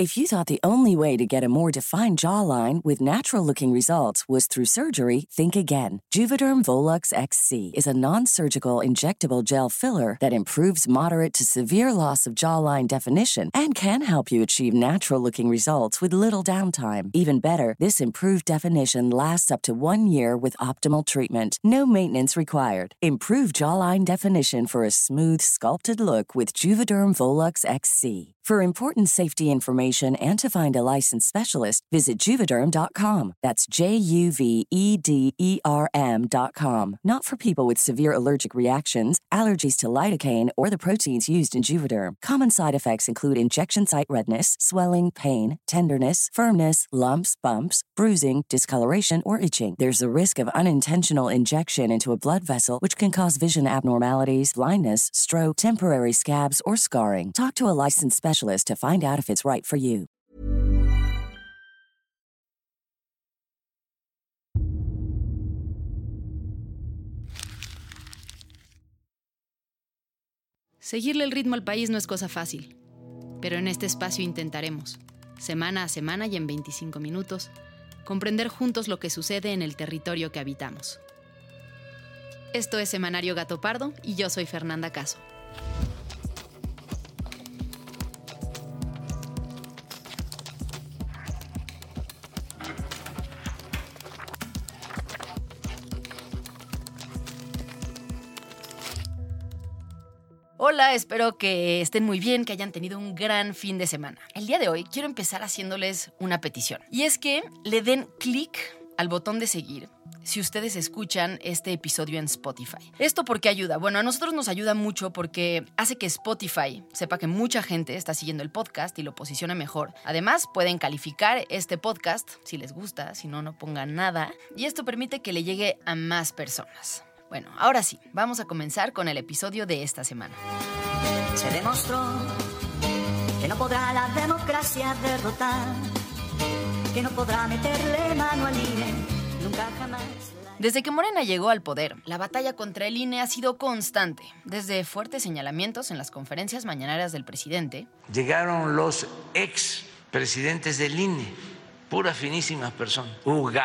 If you thought the only way to get a more defined jawline with natural-looking results was through surgery, think again. Juvederm Volux XC is a non-surgical injectable gel filler that improves moderate to severe loss of jawline definition and can help you achieve natural-looking results with little downtime. Even better, this improved definition lasts up to 1 year with optimal treatment. No maintenance required. Improve jawline definition for a smooth, sculpted look with Juvederm Volux XC. For important safety information and to find a licensed specialist, visit Juvederm.com. That's Juvederm.com. Not for people with severe allergic reactions, allergies to lidocaine, or the proteins used in Juvederm. Common side effects include injection site redness, swelling, pain, tenderness, firmness, lumps, bumps, bruising, discoloration, or itching. There's a risk of unintentional injection into a blood vessel, which can cause vision abnormalities, blindness, stroke, temporary scabs, or scarring. Talk to a licensed specialist to find out if it's right for you. Seguirle el ritmo al país no es cosa fácil, pero en este espacio intentaremos, semana a semana y en 25 minutos, comprender juntos lo que sucede en el territorio que habitamos. Esto es Semanario Gato Pardo y yo soy Fernanda Caso. Hola, espero que estén muy bien, que hayan tenido un gran fin de semana. El día de hoy quiero empezar haciéndoles una petición. Y es que le den clic al botón de seguir si ustedes escuchan este episodio en Spotify. ¿Esto por qué ayuda? Bueno, a nosotros nos ayuda mucho porque hace que Spotify sepa que mucha gente está siguiendo el podcast y lo posicione mejor. Además, pueden calificar este podcast si les gusta, si no, no pongan nada. Y esto permite que le llegue a más personas. Bueno, ahora sí, vamos a comenzar con el episodio de esta semana. Se demostró que no podrá la democracia derrotar, que no podrá meterle mano al INE, nunca jamás. Desde que Morena llegó al poder, la batalla contra el INE ha sido constante, desde fuertes señalamientos en las conferencias mañaneras del presidente. Llegaron los expresidentes del INE, puras finísimas personas,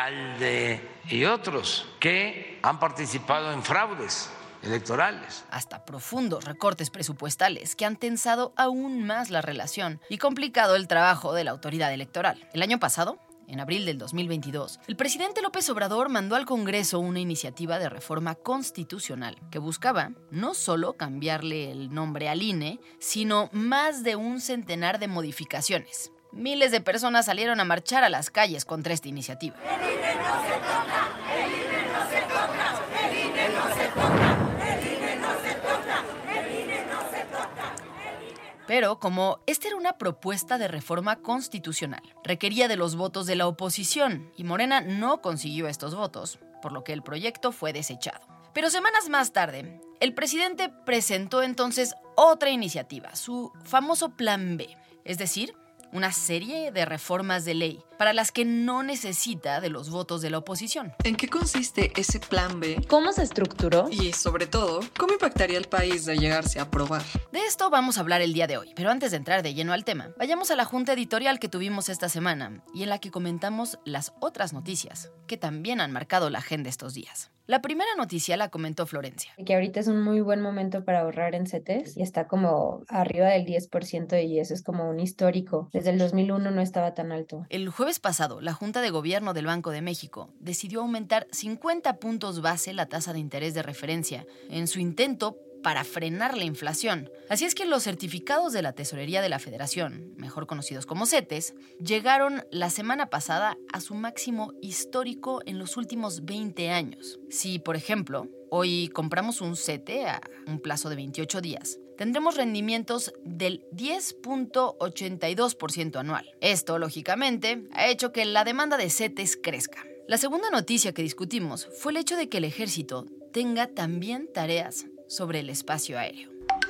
Ugalde y otros que han participado en fraudes electorales. Hasta profundos recortes presupuestales que han tensado aún más la relación y complicado el trabajo de la autoridad electoral. El año pasado, en abril del 2022, el presidente López Obrador mandó al Congreso una iniciativa de reforma constitucional que buscaba no solo cambiarle el nombre al INE, sino más de un centenar de modificaciones. Miles de personas salieron a marchar a las calles contra esta iniciativa. El INE no se toca, el INE no se toca, el INE no se toca, el INE no se toca, el INE no se toca. Pero como esta era una propuesta de reforma constitucional, requería de los votos de la oposición y Morena no consiguió estos votos, por lo que el proyecto fue desechado. Pero semanas más tarde, el presidente presentó entonces otra iniciativa, su famoso Plan B, es decir, una serie de reformas de ley para las que no necesita de los votos de la oposición. ¿En qué consiste ese Plan B? ¿Cómo se estructuró? Y, sobre todo, ¿cómo impactaría al país de llegarse a aprobar? De esto vamos a hablar el día de hoy, pero antes de entrar de lleno al tema, vayamos a la junta editorial que tuvimos esta semana y en la que comentamos las otras noticias que también han marcado la agenda estos días. La primera noticia la comentó Florencia. Que ahorita es un muy buen momento para ahorrar en CETES y está como arriba del 10% y eso es como un histórico. Desde el 2001 no estaba tan alto. El jueves pasado, la Junta de Gobierno del Banco de México decidió aumentar 50 puntos base la tasa de interés de referencia en su intento para frenar la inflación. Así es que los certificados de la Tesorería de la Federación, mejor conocidos como CETES, llegaron la semana pasada a su máximo histórico en los últimos 20 años. Si, por ejemplo, hoy compramos un CETE a un plazo de 28 días, tendremos rendimientos del 10.82% anual. Esto, lógicamente, ha hecho que la demanda de CETES crezca. La segunda noticia que discutimos fue el hecho de que el ejército tenga también tareas sobre el espacio aéreo.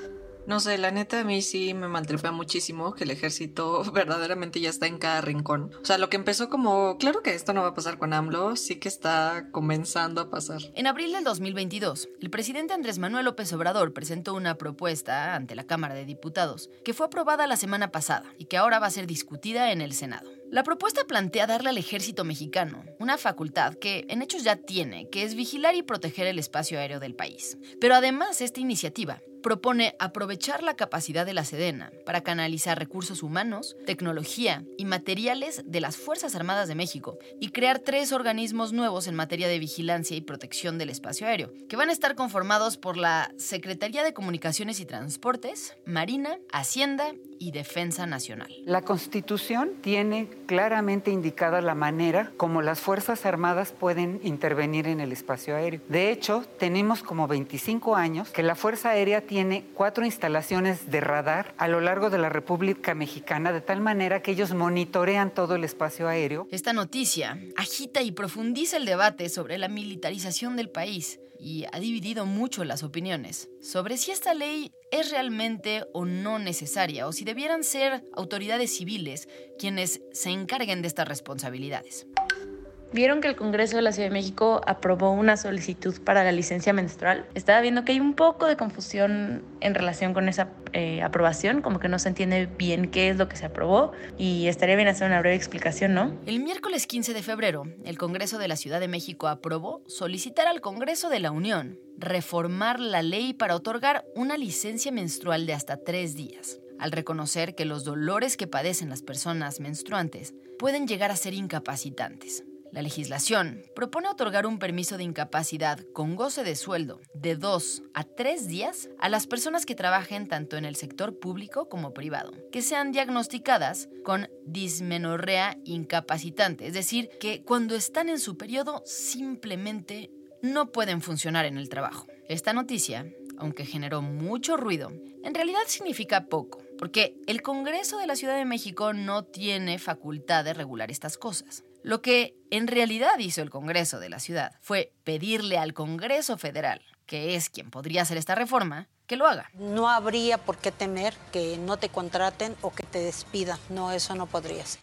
No sé, la neta a mí sí me maltripea muchísimo que el ejército verdaderamente ya está en cada rincón. O sea, lo que empezó como, claro que esto no va a pasar con AMLO, sí que está comenzando a pasar. En abril del 2022, el presidente Andrés Manuel López Obrador presentó una propuesta ante la Cámara de Diputados que fue aprobada la semana pasada y que ahora va a ser discutida en el Senado. La propuesta plantea darle al ejército mexicano una facultad que en hechos ya tiene, que es vigilar y proteger el espacio aéreo del país. Pero además, esta iniciativa propone aprovechar la capacidad de la Sedena para canalizar recursos humanos, tecnología y materiales de las Fuerzas Armadas de México y crear 3 organismos nuevos en materia de vigilancia y protección del espacio aéreo, que van a estar conformados por la Secretaría de Comunicaciones y Transportes, Marina, Hacienda y Defensa Nacional. La Constitución tiene claramente indicada la manera como las Fuerzas Armadas pueden intervenir en el espacio aéreo. De hecho, tenemos como 25 años que la Fuerza Aérea tiene 4 instalaciones de radar a lo largo de la República Mexicana, de tal manera que ellos monitorean todo el espacio aéreo. Esta noticia agita y profundiza el debate sobre la militarización del país y ha dividido mucho las opiniones sobre si esta ley es realmente o no necesaria o si debieran ser autoridades civiles quienes se encarguen de estas responsabilidades. ¿Vieron que el Congreso de la Ciudad de México aprobó una solicitud para la licencia menstrual? Estaba viendo que hay un poco de confusión en relación con esa aprobación, como que no se entiende bien qué es lo que se aprobó y estaría bien hacer una breve explicación, ¿no? El miércoles 15 de febrero, el Congreso de la Ciudad de México aprobó solicitar al Congreso de la Unión reformar la ley para otorgar una licencia menstrual de hasta 3 días, al reconocer que los dolores que padecen las personas menstruantes pueden llegar a ser incapacitantes. La legislación propone otorgar un permiso de incapacidad con goce de sueldo de 2 a 3 días a las personas que trabajen tanto en el sector público como privado, que sean diagnosticadas con dismenorrea incapacitante, es decir, que cuando están en su periodo simplemente no pueden funcionar en el trabajo. Esta noticia, aunque generó mucho ruido, en realidad significa poco, porque el Congreso de la Ciudad de México no tiene facultad de regular estas cosas. Lo que en realidad hizo el Congreso de la ciudad fue pedirle al Congreso Federal, que es quien podría hacer esta reforma, que lo haga. No habría por qué temer que no te contraten o que te despidan. No, eso no podría ser.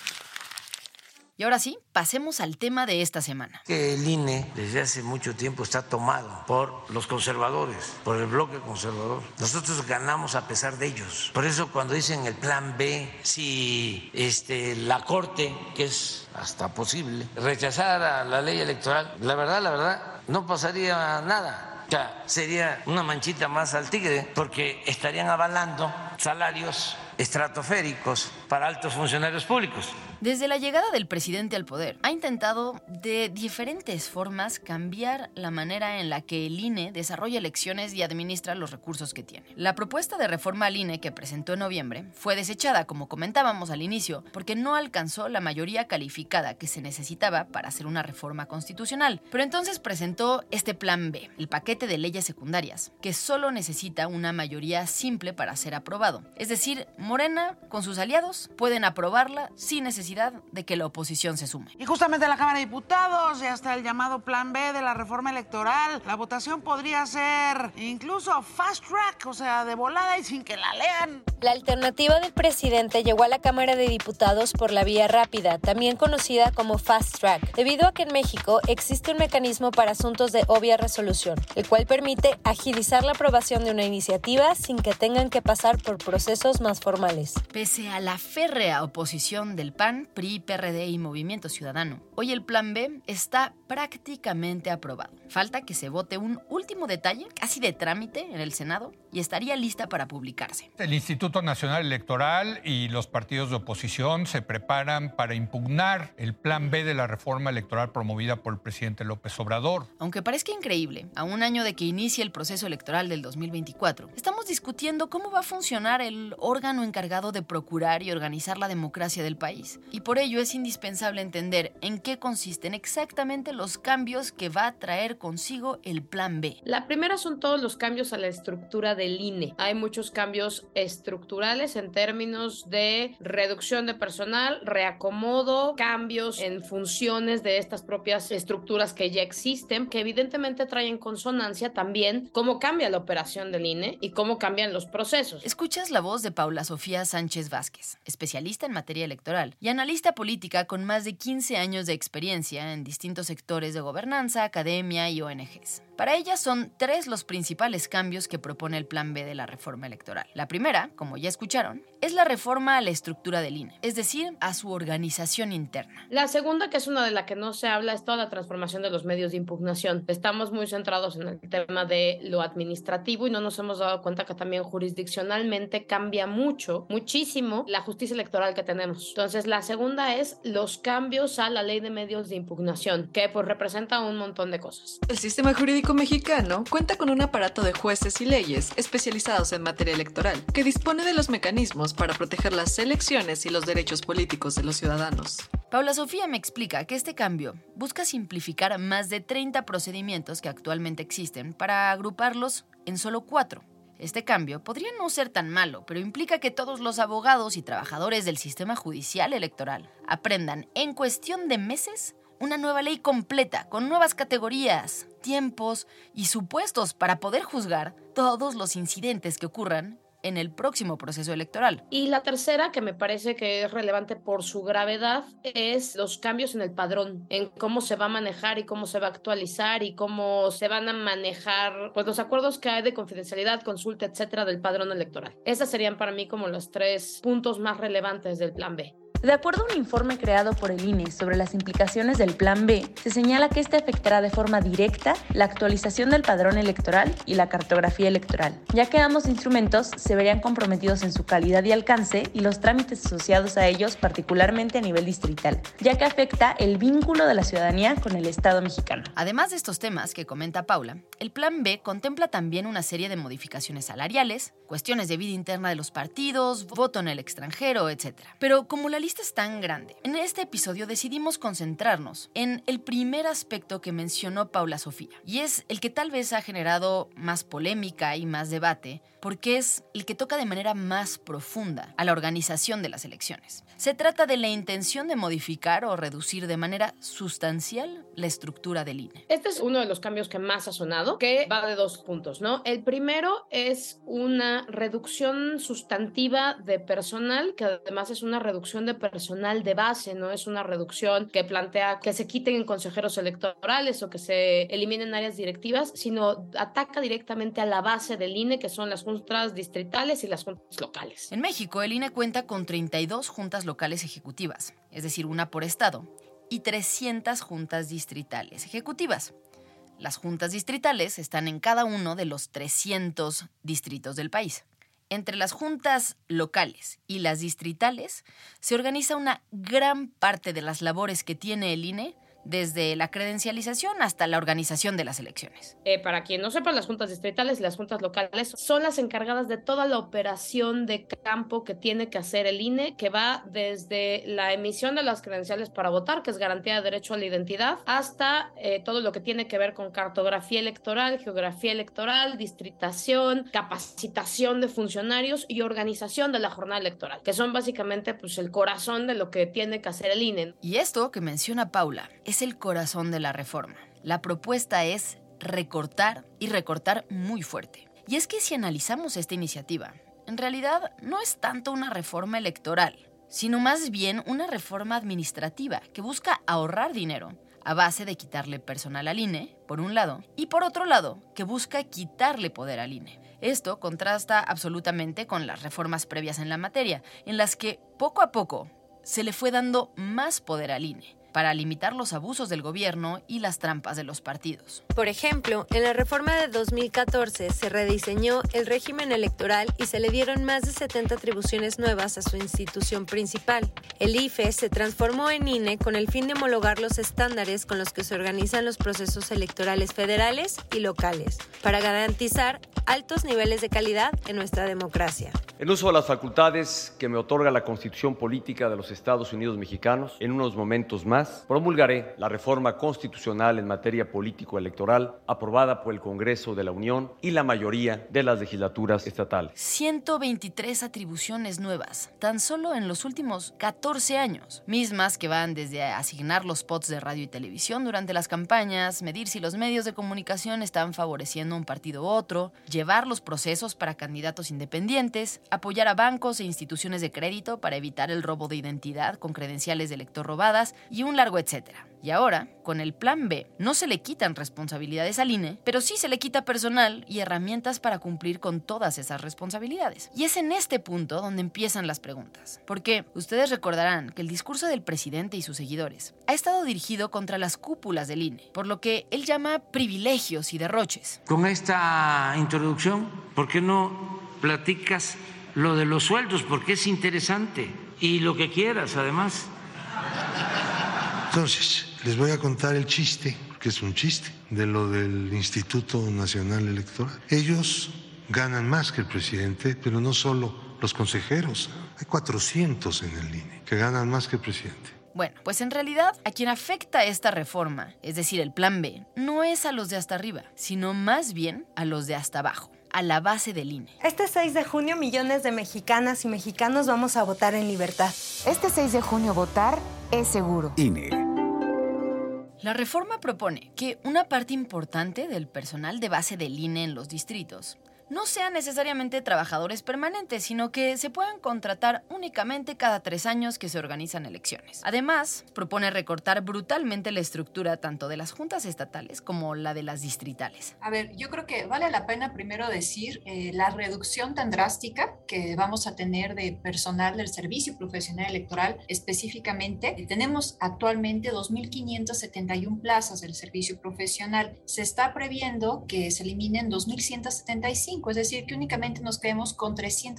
Y ahora sí, pasemos al tema de esta semana. El INE desde hace mucho tiempo está tomado por los conservadores, por el bloque conservador. Nosotros ganamos a pesar de ellos. Por eso cuando dicen el plan B, si la Corte, que es hasta posible, rechazara la ley electoral, la verdad, no pasaría nada. O sea, sería una manchita más al tigre, porque estarían avalando salarios estratosféricos para altos funcionarios públicos. Desde la llegada del presidente al poder, ha intentado de diferentes formas cambiar la manera en la que el INE desarrolla elecciones y administra los recursos que tiene. La propuesta de reforma al INE que presentó en noviembre fue desechada, como comentábamos al inicio, porque no alcanzó la mayoría calificada que se necesitaba para hacer una reforma constitucional. Pero entonces presentó este plan B, el paquete de leyes secundarias, que solo necesita una mayoría simple para ser aprobado. Es decir, Morena, con sus aliados, pueden aprobarla sin necesidad de que la oposición se sume. Y justamente en la Cámara de Diputados ya está el llamado Plan B de la reforma electoral. La votación podría ser incluso fast track, o sea, de volada y sin que la lean. La alternativa del presidente llegó a la Cámara de Diputados por la vía rápida, también conocida como fast track, debido a que en México existe un mecanismo para asuntos de obvia resolución, el cual permite agilizar la aprobación de una iniciativa sin que tengan que pasar por procesos más formales. Pese a la férrea oposición del PAN, PRI, PRD y Movimiento Ciudadano, hoy el Plan B está prácticamente aprobado. Falta que se vote un último detalle, casi de trámite, en el Senado y estaría lista para publicarse. El Instituto Nacional Electoral y los partidos de oposición se preparan para impugnar el Plan B de la reforma electoral promovida por el presidente López Obrador. Aunque parezca increíble, a un año de que inicie el proceso electoral del 2024, estamos discutiendo cómo va a funcionar el órgano encargado de procurar y organizar la democracia del país. Y por ello es indispensable entender en qué consisten exactamente los cambios que va a traer consigo el Plan B. La primera son todos los cambios a la estructura del INE. Hay muchos cambios estructurales en términos de reducción de personal, reacomodo, cambios en funciones de estas propias estructuras que ya existen, que evidentemente traen en consonancia también cómo cambia la operación del INE y cómo cambian los procesos. Escuchas la voz de Paula Sofía Sánchez Vázquez, especialista en materia electoral y analista política con más de 15 años de experiencia en distintos sectores de gobernanza, academia y ONGs. Para ella son 3 los principales cambios que propone el Plan B de la reforma electoral. La primera, como ya escucharon, es la reforma a la estructura del INE, es decir, a su organización interna. La segunda, que es una de la que no se habla, es toda la transformación de los medios de impugnación. Estamos muy centrados en el tema de lo administrativo y no nos hemos dado cuenta que también jurisdiccionalmente cambia muchísimo la justicia electoral que tenemos. Entonces, la segunda es los cambios a la ley de medios de impugnación, que pues representa un montón de cosas. El sistema jurídico mexicano cuenta con un aparato de jueces y leyes especializados en materia electoral, que dispone de los mecanismos para proteger las elecciones y los derechos políticos de los ciudadanos. Paula Sofía me explica que este cambio busca simplificar más de 30 procedimientos que actualmente existen para agruparlos en solo 4. Este cambio podría no ser tan malo, pero implica que todos los abogados y trabajadores del sistema judicial electoral aprendan en cuestión de meses una nueva ley completa, con nuevas categorías, tiempos y supuestos para poder juzgar todos los incidentes que ocurran en el próximo proceso electoral. Y la tercera, que me parece que es relevante por su gravedad, es los cambios en el padrón, en cómo se va a manejar y cómo se va a actualizar y cómo se van a manejar pues los acuerdos que hay de confidencialidad, consulta, etcétera, del padrón electoral. Esas serían para mí como los 3 puntos más relevantes del Plan B. De acuerdo a un informe creado por el INE sobre las implicaciones del Plan B, se señala que este afectará de forma directa la actualización del padrón electoral y la cartografía electoral, ya que ambos instrumentos se verían comprometidos en su calidad y alcance y los trámites asociados a ellos, particularmente a nivel distrital, ya que afecta el vínculo de la ciudadanía con el Estado mexicano. Además de estos temas que comenta Paula, el Plan B contempla también una serie de modificaciones salariales, cuestiones de vida interna de los partidos, voto en el extranjero, etc. Pero como la lista es tan grande, en este episodio decidimos concentrarnos en el primer aspecto que mencionó Paula Sofía, y es el que tal vez ha generado más polémica y más debate, porque es el que toca de manera más profunda a la organización de las elecciones. Se trata de la intención de modificar o reducir de manera sustancial la estructura del INE. Este es uno de los cambios que más ha sonado, que va de 2 puntos, ¿no? El primero es una reducción sustantiva de personal, que además es una reducción de personal de base, no es una reducción que plantea que se quiten consejeros electorales o que se eliminen áreas directivas, sino ataca directamente a la base del INE, que son las juntas distritales y las juntas locales. En México, el INE cuenta con 32 juntas locales ejecutivas, es decir, una por estado, y 300 juntas distritales ejecutivas. Las juntas distritales están en cada uno de los 300 distritos del país. Entre las juntas locales y las distritales se organiza una gran parte de las labores que tiene el INE, desde la credencialización hasta la organización de las elecciones. Para quien no sepa, las juntas distritales y las juntas locales son las encargadas de toda la operación de campo que tiene que hacer el INE, que va desde la emisión de las credenciales para votar, que es garantía de derecho a la identidad, hasta todo lo que tiene que ver con cartografía electoral, geografía electoral, distritación, capacitación de funcionarios y organización de la jornada electoral, que son básicamente pues, el corazón de lo que tiene que hacer el INE. Y esto que menciona Paula es el corazón de la reforma. La propuesta es recortar y recortar muy fuerte. Y es que si analizamos esta iniciativa, en realidad no es tanto una reforma electoral, sino más bien una reforma administrativa que busca ahorrar dinero a base de quitarle personal al INE, por un lado, y por otro lado, que busca quitarle poder al INE. Esto contrasta absolutamente con las reformas previas en la materia, en las que poco a poco se le fue dando más poder al INE, para limitar los abusos del gobierno y las trampas de los partidos. Por ejemplo, en la reforma de 2014 se rediseñó el régimen electoral y se le dieron más de 70 atribuciones nuevas a su institución principal. El IFE se transformó en INE con el fin de homologar los estándares con los que se organizan los procesos electorales federales y locales, para garantizar altos niveles de calidad en nuestra democracia. En uso de las facultades que me otorga la Constitución Política de los Estados Unidos Mexicanos, en unos momentos más, promulgaré la reforma constitucional en materia político-electoral aprobada por el Congreso de la Unión y la mayoría de las legislaturas estatales. 123 atribuciones nuevas, tan solo en los últimos 14 años, mismas que van desde asignar los spots de radio y televisión durante las campañas, medir si los medios de comunicación están favoreciendo a un partido u otro, llevar los procesos para candidatos independientes, apoyar a bancos e instituciones de crédito para evitar el robo de identidad con credenciales de elector robadas y un largo etcétera. Y ahora, con el Plan B, no se le quitan responsabilidades al INE, pero sí se le quita personal y herramientas para cumplir con todas esas responsabilidades. Y es en este punto donde empiezan las preguntas. Porque ustedes recordarán que el discurso del presidente y sus seguidores ha estado dirigido contra las cúpulas del INE, por lo que él llama privilegios y derroches. Con esta introducción, ¿por qué no platicas lo de los sueldos? Porque es interesante. Y lo que quieras, además. Entonces, les voy a contar el chiste, que es un chiste, de lo del Instituto Nacional Electoral. Ellos ganan más que el presidente, pero no solo los consejeros. Hay 400 en el INE que ganan más que el presidente. Bueno, pues en realidad a quien afecta esta reforma, es decir, el Plan B, no es a los de hasta arriba, sino más bien a los de hasta abajo, a la base del INE. Este 6 de junio, millones de mexicanas y mexicanos vamos a votar en libertad. Este 6 de junio votar es seguro. INE. La reforma propone que una parte importante del personal de base del INE en los distritos no sean necesariamente trabajadores permanentes, sino que se puedan contratar únicamente cada 3 años que se organizan elecciones. Además, propone recortar brutalmente la estructura tanto de las juntas estatales como la de las distritales. A ver, yo creo que vale la pena primero decir la reducción tan drástica que vamos a tener de personal del Servicio Profesional Electoral específicamente. Tenemos actualmente 2.571 plazas del servicio profesional. Se está previendo que se eliminen 2.175. Es decir, que únicamente nos quedemos con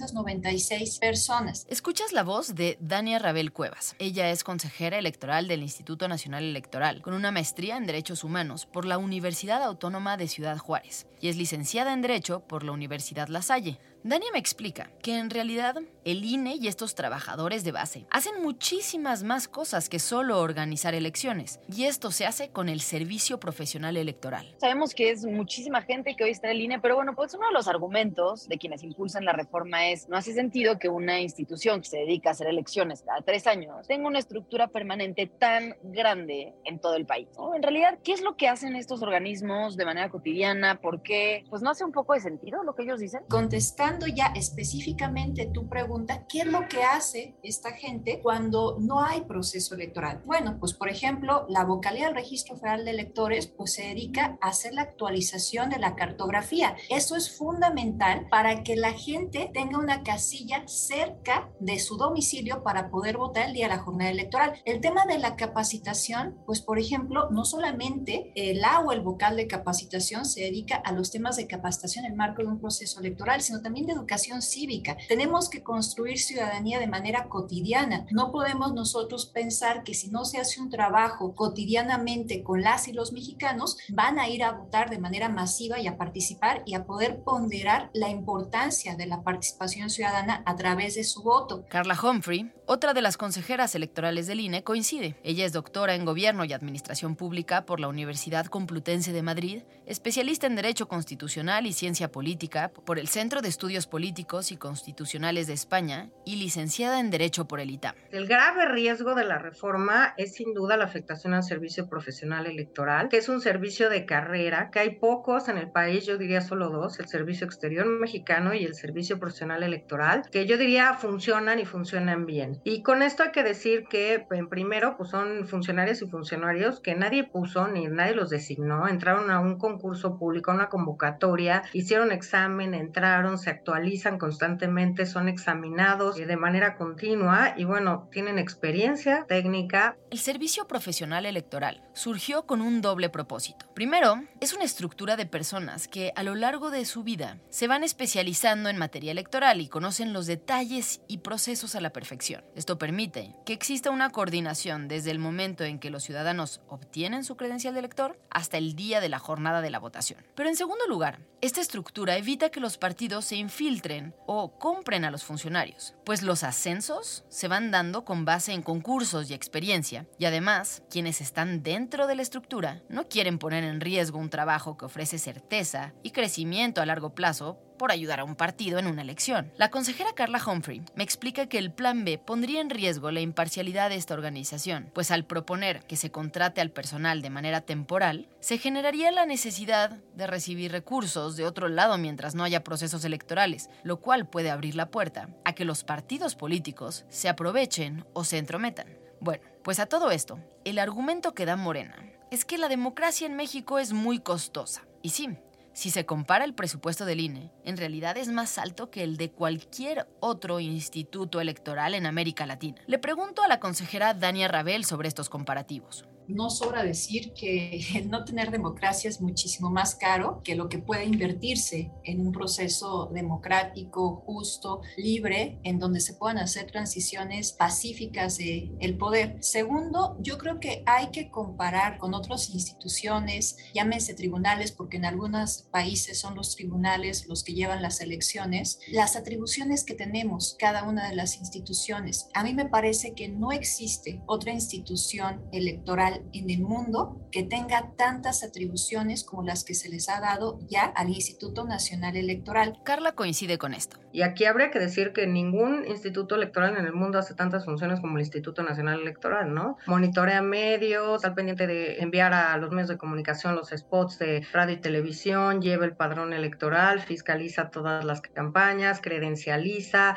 396 personas. Escuchas la voz de Dania Rabel Cuevas. Ella es consejera electoral del Instituto Nacional Electoral, con una maestría en Derechos Humanos por la Universidad Autónoma de Ciudad Juárez y es licenciada en Derecho por la Universidad La Salle. Dania me explica que en realidad el INE y estos trabajadores de base hacen muchísimas más cosas que solo organizar elecciones, y esto se hace con el Servicio Profesional Electoral. Sabemos que es muchísima gente que hoy está en el INE, pero bueno, pues uno de los argumentos de quienes impulsan la reforma es: no hace sentido que una institución que se dedica a hacer elecciones cada 3 años tenga una estructura permanente tan grande en todo el país, ¿no? En realidad, ¿qué es lo que hacen estos organismos de manera cotidiana? ¿Por qué? Pues no hace un poco de sentido lo que ellos dicen. Contestando ya específicamente tu pregunta, ¿qué es lo que hace esta gente cuando no hay proceso electoral? Bueno, pues por ejemplo, la vocalía del Registro Federal de Electores pues se dedica a hacer la actualización de la cartografía. Eso es fundamental para que la gente tenga una casilla cerca de su domicilio para poder votar el día de la jornada electoral. El tema de la capacitación, pues por ejemplo, no solamente el vocal de capacitación se dedica a los temas de capacitación en el marco de un proceso electoral, sino también de educación cívica. Tenemos que construir ciudadanía de manera cotidiana. No podemos nosotros pensar que si no se hace un trabajo cotidianamente con las y los mexicanos, van a ir a votar de manera masiva y a participar y a poder ponderar la importancia de la participación ciudadana a través de su voto. Carla Humphrey, otra de las consejeras electorales del INE, coincide. Ella es doctora en Gobierno y Administración Pública por la Universidad Complutense de Madrid, especialista en Derecho Constitucional y Ciencia Política por el Centro de Estudios Políticos y Constitucionales de España y licenciada en Derecho por el ITAM. El grave riesgo de la reforma es sin duda la afectación al servicio profesional electoral, que es un servicio de carrera, que hay pocos en el país, yo diría solo 2, el Servicio Exterior Mexicano y el Servicio Profesional Electoral, que yo diría funcionan y funcionan bien. Y con esto hay que decir que, en primero, pues son funcionarias y funcionarios que nadie puso ni nadie los designó, entraron a un concurso público, a una convocatoria, hicieron examen, entraron, se actualizan constantemente, son examinados de manera continua y bueno, tienen experiencia técnica. El Servicio Profesional Electoral surgió con un doble propósito. Primero, es una estructura de personas que a lo largo de su vida se van especializando en materia electoral y conocen los detalles y procesos a la perfección. Esto permite que exista una coordinación desde el momento en que los ciudadanos obtienen su credencial de elector hasta el día de la jornada de la votación. Pero en segundo lugar, esta estructura evita que los partidos se infiltren o compren a los funcionarios, pues los ascensos se van dando con base en concursos y experiencia, y además, quienes están dentro de la estructura no quieren poner en riesgo un trabajo que ofrece certeza y crecimiento a largo plazo por ayudar a un partido en una elección. La consejera Carla Humphrey me explica que el Plan B pondría en riesgo la imparcialidad de esta organización, pues al proponer que se contrate al personal de manera temporal, se generaría la necesidad de recibir recursos de otro lado mientras no haya procesos electorales, lo cual puede abrir la puerta a que los partidos políticos se aprovechen o se entrometan. Bueno, pues a todo esto, el argumento que da Morena es que la democracia en México es muy costosa. Y sí, si se compara el presupuesto del INE, en realidad es más alto que el de cualquier otro instituto electoral en América Latina. Le pregunto a la consejera Dania Rabel sobre estos comparativos. No sobra decir que el no tener democracia es muchísimo más caro que lo que puede invertirse en un proceso democrático, justo, libre, en donde se puedan hacer transiciones pacíficas del poder. Segundo, yo creo que hay que comparar con otras instituciones, llámense tribunales, porque en algunos países son los tribunales los que llevan las elecciones, las atribuciones que tenemos cada una de las instituciones. A mí me parece que no existe otra institución electoral en el mundo que tenga tantas atribuciones como las que se les ha dado ya al Instituto Nacional Electoral. Carla coincide con esto. Y aquí habría que decir que ningún instituto electoral en el mundo hace tantas funciones como el Instituto Nacional Electoral, ¿no? Monitorea medios, está al pendiente de enviar a los medios de comunicación los spots de radio y televisión, lleva el padrón electoral, fiscaliza todas las campañas, credencializa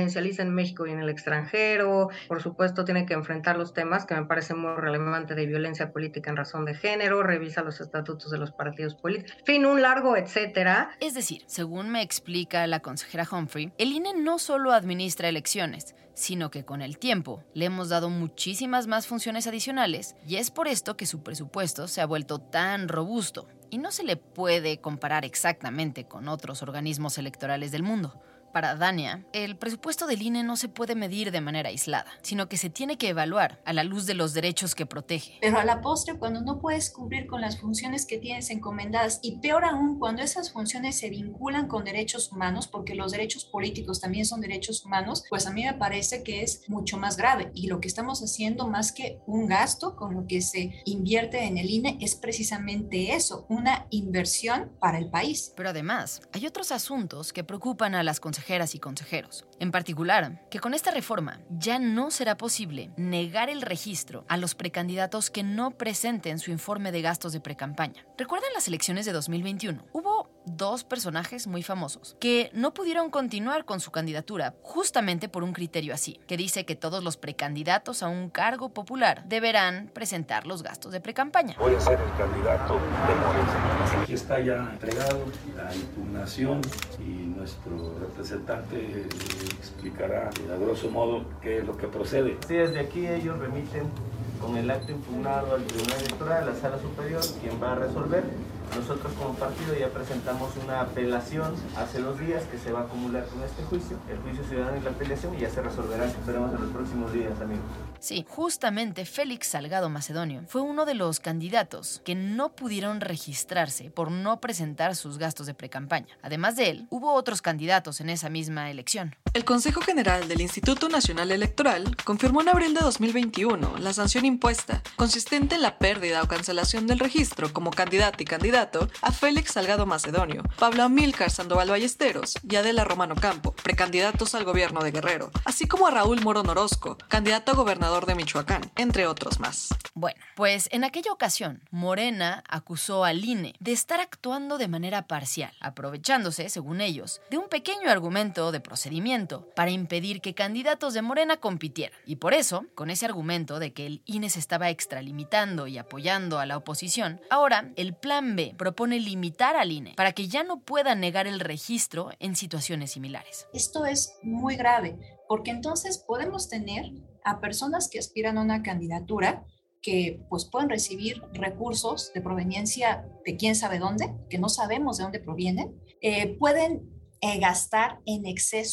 en México y en el extranjero. Por supuesto, tiene que enfrentar los temas que me parece muy relevante de violencia política en razón de género, revisa los estatutos de los partidos políticos, en fin, un largo etcétera. Es decir, según me explica la consejera Humphrey, el INE no solo administra elecciones, sino que con el tiempo le hemos dado muchísimas más funciones adicionales y es por esto que su presupuesto se ha vuelto tan robusto y no se le puede comparar exactamente con otros organismos electorales del mundo. Para Dania, el presupuesto del INE no se puede medir de manera aislada, sino que se tiene que evaluar a la luz de los derechos que protege. Pero a la postre, cuando no puedes cumplir con las funciones que tienes encomendadas, y peor aún, cuando esas funciones se vinculan con derechos humanos, porque los derechos políticos también son derechos humanos, pues a mí me parece que es mucho más grave. Y lo que estamos haciendo, más que un gasto con lo que se invierte en el INE, es precisamente eso, una inversión para el país. Pero además, hay otros asuntos que preocupan a las consejeras y consejeros. En particular, que con esta reforma ya no será posible negar el registro a los precandidatos que no presenten su informe de gastos de precampaña. ¿Recuerdan las elecciones de 2021? Hubo dos personajes muy famosos que no pudieron continuar con su candidatura justamente por un criterio así, que dice que todos los precandidatos a un cargo popular deberán presentar los gastos de precampaña. Voy a ser el candidato de Morena. Aquí está ya entregado la impugnación y nuestro representante explicará a grosso modo qué es lo que procede. Sí, desde aquí ellos remiten con el acto impugnado al Tribunal Electoral, a la Sala Superior, quien va a resolver. Nosotros como partido ya presentamos una apelación hace 2 días que se va a acumular con este juicio, el juicio ciudadano y la apelación, y ya se resolverá, esperemos, en los próximos días, amigos. Sí, justamente Félix Salgado Macedonio fue uno de los candidatos que no pudieron registrarse por no presentar sus gastos de precampaña. Además de él, hubo otros candidatos en esa misma elección. El Consejo General del Instituto Nacional Electoral confirmó en abril de 2021 la sanción impuesta, consistente en la pérdida o cancelación del registro como candidato y candidato a Félix Salgado Macedonio, Pablo Amílcar Sandoval Ballesteros y Adela Romano Campo, precandidatos al gobierno de Guerrero, así como a Raúl Moro Orozco, candidato a gobernador de Michoacán, entre otros más. Bueno, pues en aquella ocasión, Morena acusó al INE de estar actuando de manera parcial, aprovechándose, según ellos, de un pequeño argumento de procedimiento para impedir que candidatos de Morena compitieran. Y por eso, con ese argumento de que el INE se estaba extralimitando y apoyando a la oposición, ahora el Plan B propone limitar al INE para que ya no pueda negar el registro en situaciones similares. Esto es muy grave, porque entonces podemos tener a personas que aspiran a una candidatura que pues pueden recibir recursos de proveniencia de quién sabe dónde, que no sabemos de dónde provienen, pueden gastar en exceso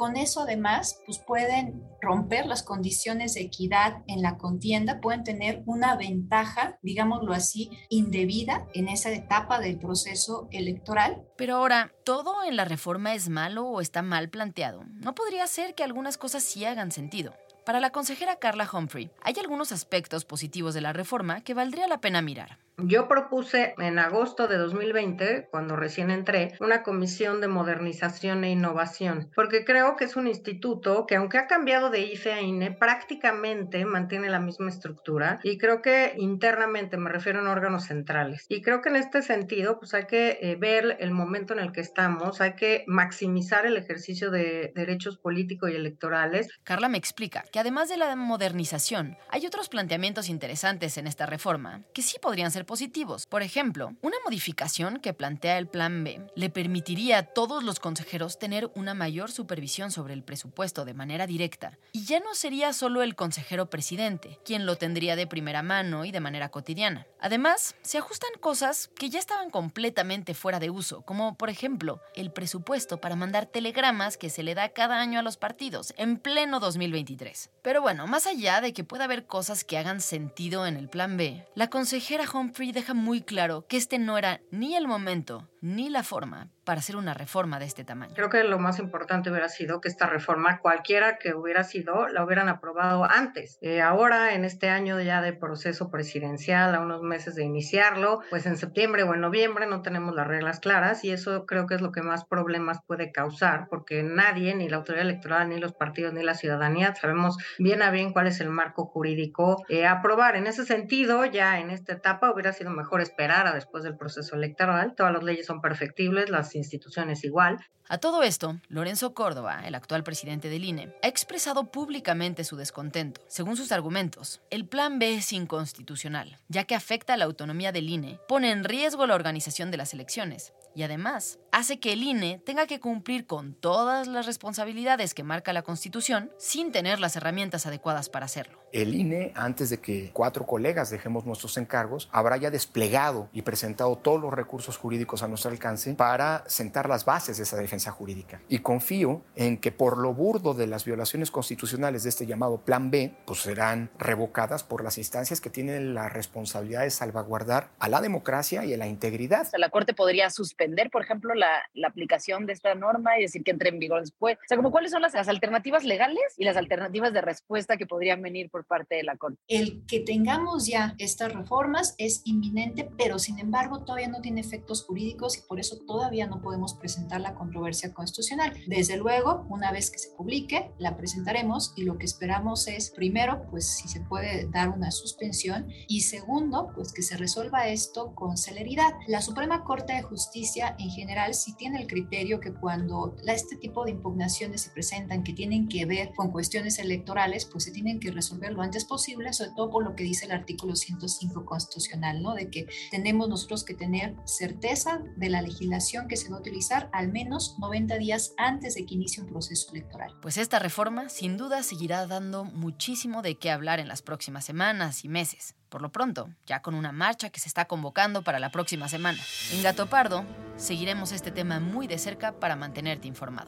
Con eso además, pues pueden romper las condiciones de equidad en la contienda, pueden tener una ventaja, digámoslo así, indebida en esa etapa del proceso electoral. Pero ahora, ¿todo en la reforma es malo o está mal planteado? ¿No podría ser que algunas cosas sí hagan sentido? Para la consejera Carla Humphrey, hay algunos aspectos positivos de la reforma que valdría la pena mirar. Yo propuse en agosto de 2020, cuando recién entré, una comisión de modernización e innovación, porque creo que es un instituto que, aunque ha cambiado de IFE a INE, prácticamente mantiene la misma estructura, y creo que internamente, me refiero a órganos centrales, y creo que en este sentido pues hay que ver el momento en el que estamos, hay que maximizar el ejercicio de derechos políticos y electorales. Carla me explica que además de la modernización, hay otros planteamientos interesantes en esta reforma que sí podrían ser positivos. Por ejemplo, una modificación que plantea el Plan B le permitiría a todos los consejeros tener una mayor supervisión sobre el presupuesto de manera directa, y ya no sería solo el consejero presidente quien lo tendría de primera mano y de manera cotidiana. Además, se ajustan cosas que ya estaban completamente fuera de uso, como por ejemplo, el presupuesto para mandar telegramas que se le da cada año a los partidos en pleno 2023. Pero bueno, más allá de que pueda haber cosas que hagan sentido en el Plan B, la consejera Humphrey deja muy claro que este no era ni el momento ni la forma para hacer una reforma de este tamaño. Creo que lo más importante hubiera sido que esta reforma, cualquiera que hubiera sido, la hubieran aprobado antes. Ahora, en este año ya de proceso presidencial, a unos meses de iniciarlo, pues en septiembre o en noviembre no tenemos las reglas claras, y eso creo que es lo que más problemas puede causar, porque nadie, ni la autoridad electoral, ni los partidos, ni la ciudadanía, sabemos bien a bien cuál es el marco jurídico a aprobar. En ese sentido, ya en esta etapa hubiera sido mejor esperar a después del proceso electoral. Todas las leyes son perfectibles, las instituciones igual. A todo esto, Lorenzo Córdoba, el actual presidente del INE, ha expresado públicamente su descontento. Según sus argumentos, el Plan B es inconstitucional, ya que afecta a la autonomía del INE, pone en riesgo la organización de las elecciones y además hace que el INE tenga que cumplir con todas las responsabilidades que marca la Constitución sin tener las herramientas adecuadas para hacerlo. El INE, antes de que 4 colegas dejemos nuestros encargos, habrá ya desplegado y presentado todos los recursos jurídicos a nuestro alcance para sentar las bases de esa defensa jurídica. Y confío en que por lo burdo de las violaciones constitucionales de este llamado Plan B, pues serán revocadas por las instancias que tienen la responsabilidad de salvaguardar a la democracia y a la integridad. La Corte podría suspender, por ejemplo, la aplicación de esta norma y decir que entre en vigor después. O sea, como cuáles son las alternativas legales y las alternativas de respuesta que podrían venir por parte de la Corte. El que tengamos ya estas reformas es inminente, pero sin embargo todavía no tiene efectos jurídicos y por eso todavía no podemos presentar la controversia constitucional. Desde luego, una vez que se publique, la presentaremos y lo que esperamos es, primero, pues si se puede dar una suspensión y segundo, pues que se resuelva esto con celeridad. La Suprema Corte de Justicia en general sí tiene el criterio que cuando este tipo de impugnaciones se presentan que tienen que ver con cuestiones electorales, pues se tienen que resolver lo antes posible, sobre todo por lo que dice el artículo 105 constitucional, ¿no? De que tenemos nosotros que tener certeza de la legislación que se va a utilizar al menos 90 días antes de que inicie un proceso electoral. Pues esta reforma sin duda seguirá dando muchísimo de qué hablar en las próximas semanas y meses. Por lo pronto, ya con una marcha que se está convocando para la próxima semana. En Gato Pardo, seguiremos este tema muy de cerca para mantenerte informado.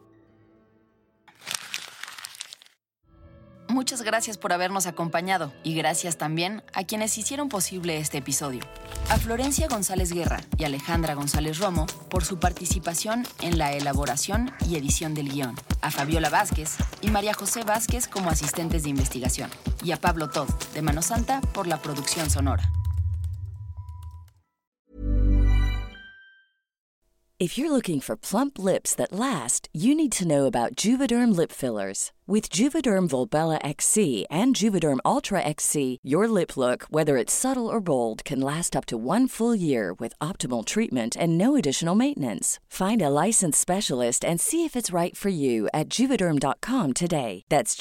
Muchas gracias por habernos acompañado y gracias también a quienes hicieron posible este episodio. A Florencia González Guerra y Alejandra González Romo por su participación en la elaboración y edición del guión. A Fabiola Vázquez y María José Vázquez como asistentes de investigación. Y a Pablo Todd, de Mano Santa, por la producción sonora. If you're looking for plump lips that last, you need to know about Juvederm lip fillers. With Juvederm Volbella XC and Juvederm Ultra XC, your lip look, whether it's subtle or bold, can last up to 1 full year with optimal treatment and no additional maintenance. Find a licensed specialist and see if it's right for you at Juvederm.com today. That's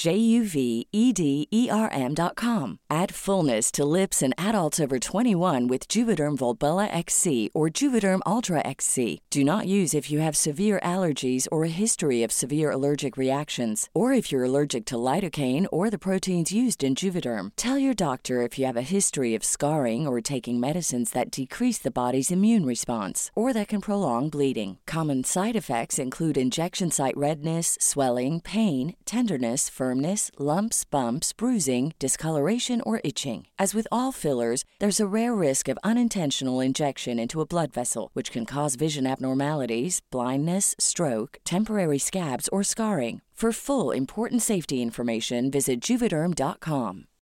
JUVEDERM.com. Add fullness to lips in adults over 21 with Juvederm Volbella XC or Juvederm Ultra XC. Do not use if you have severe allergies or a history of severe allergic reactions, or if you're you're allergic to lidocaine or the proteins used in Juvederm. Tell your doctor if you have a history of scarring or taking medicines that decrease the body's immune response or that can prolong bleeding. Common side effects include injection site redness, swelling, pain, tenderness, firmness, lumps, bumps, bruising, discoloration, or itching. As with all fillers, there's a rare risk of unintentional injection into a blood vessel, which can cause vision abnormalities, blindness, stroke, temporary scabs, or scarring. For full, important safety information, visit Juvederm.com.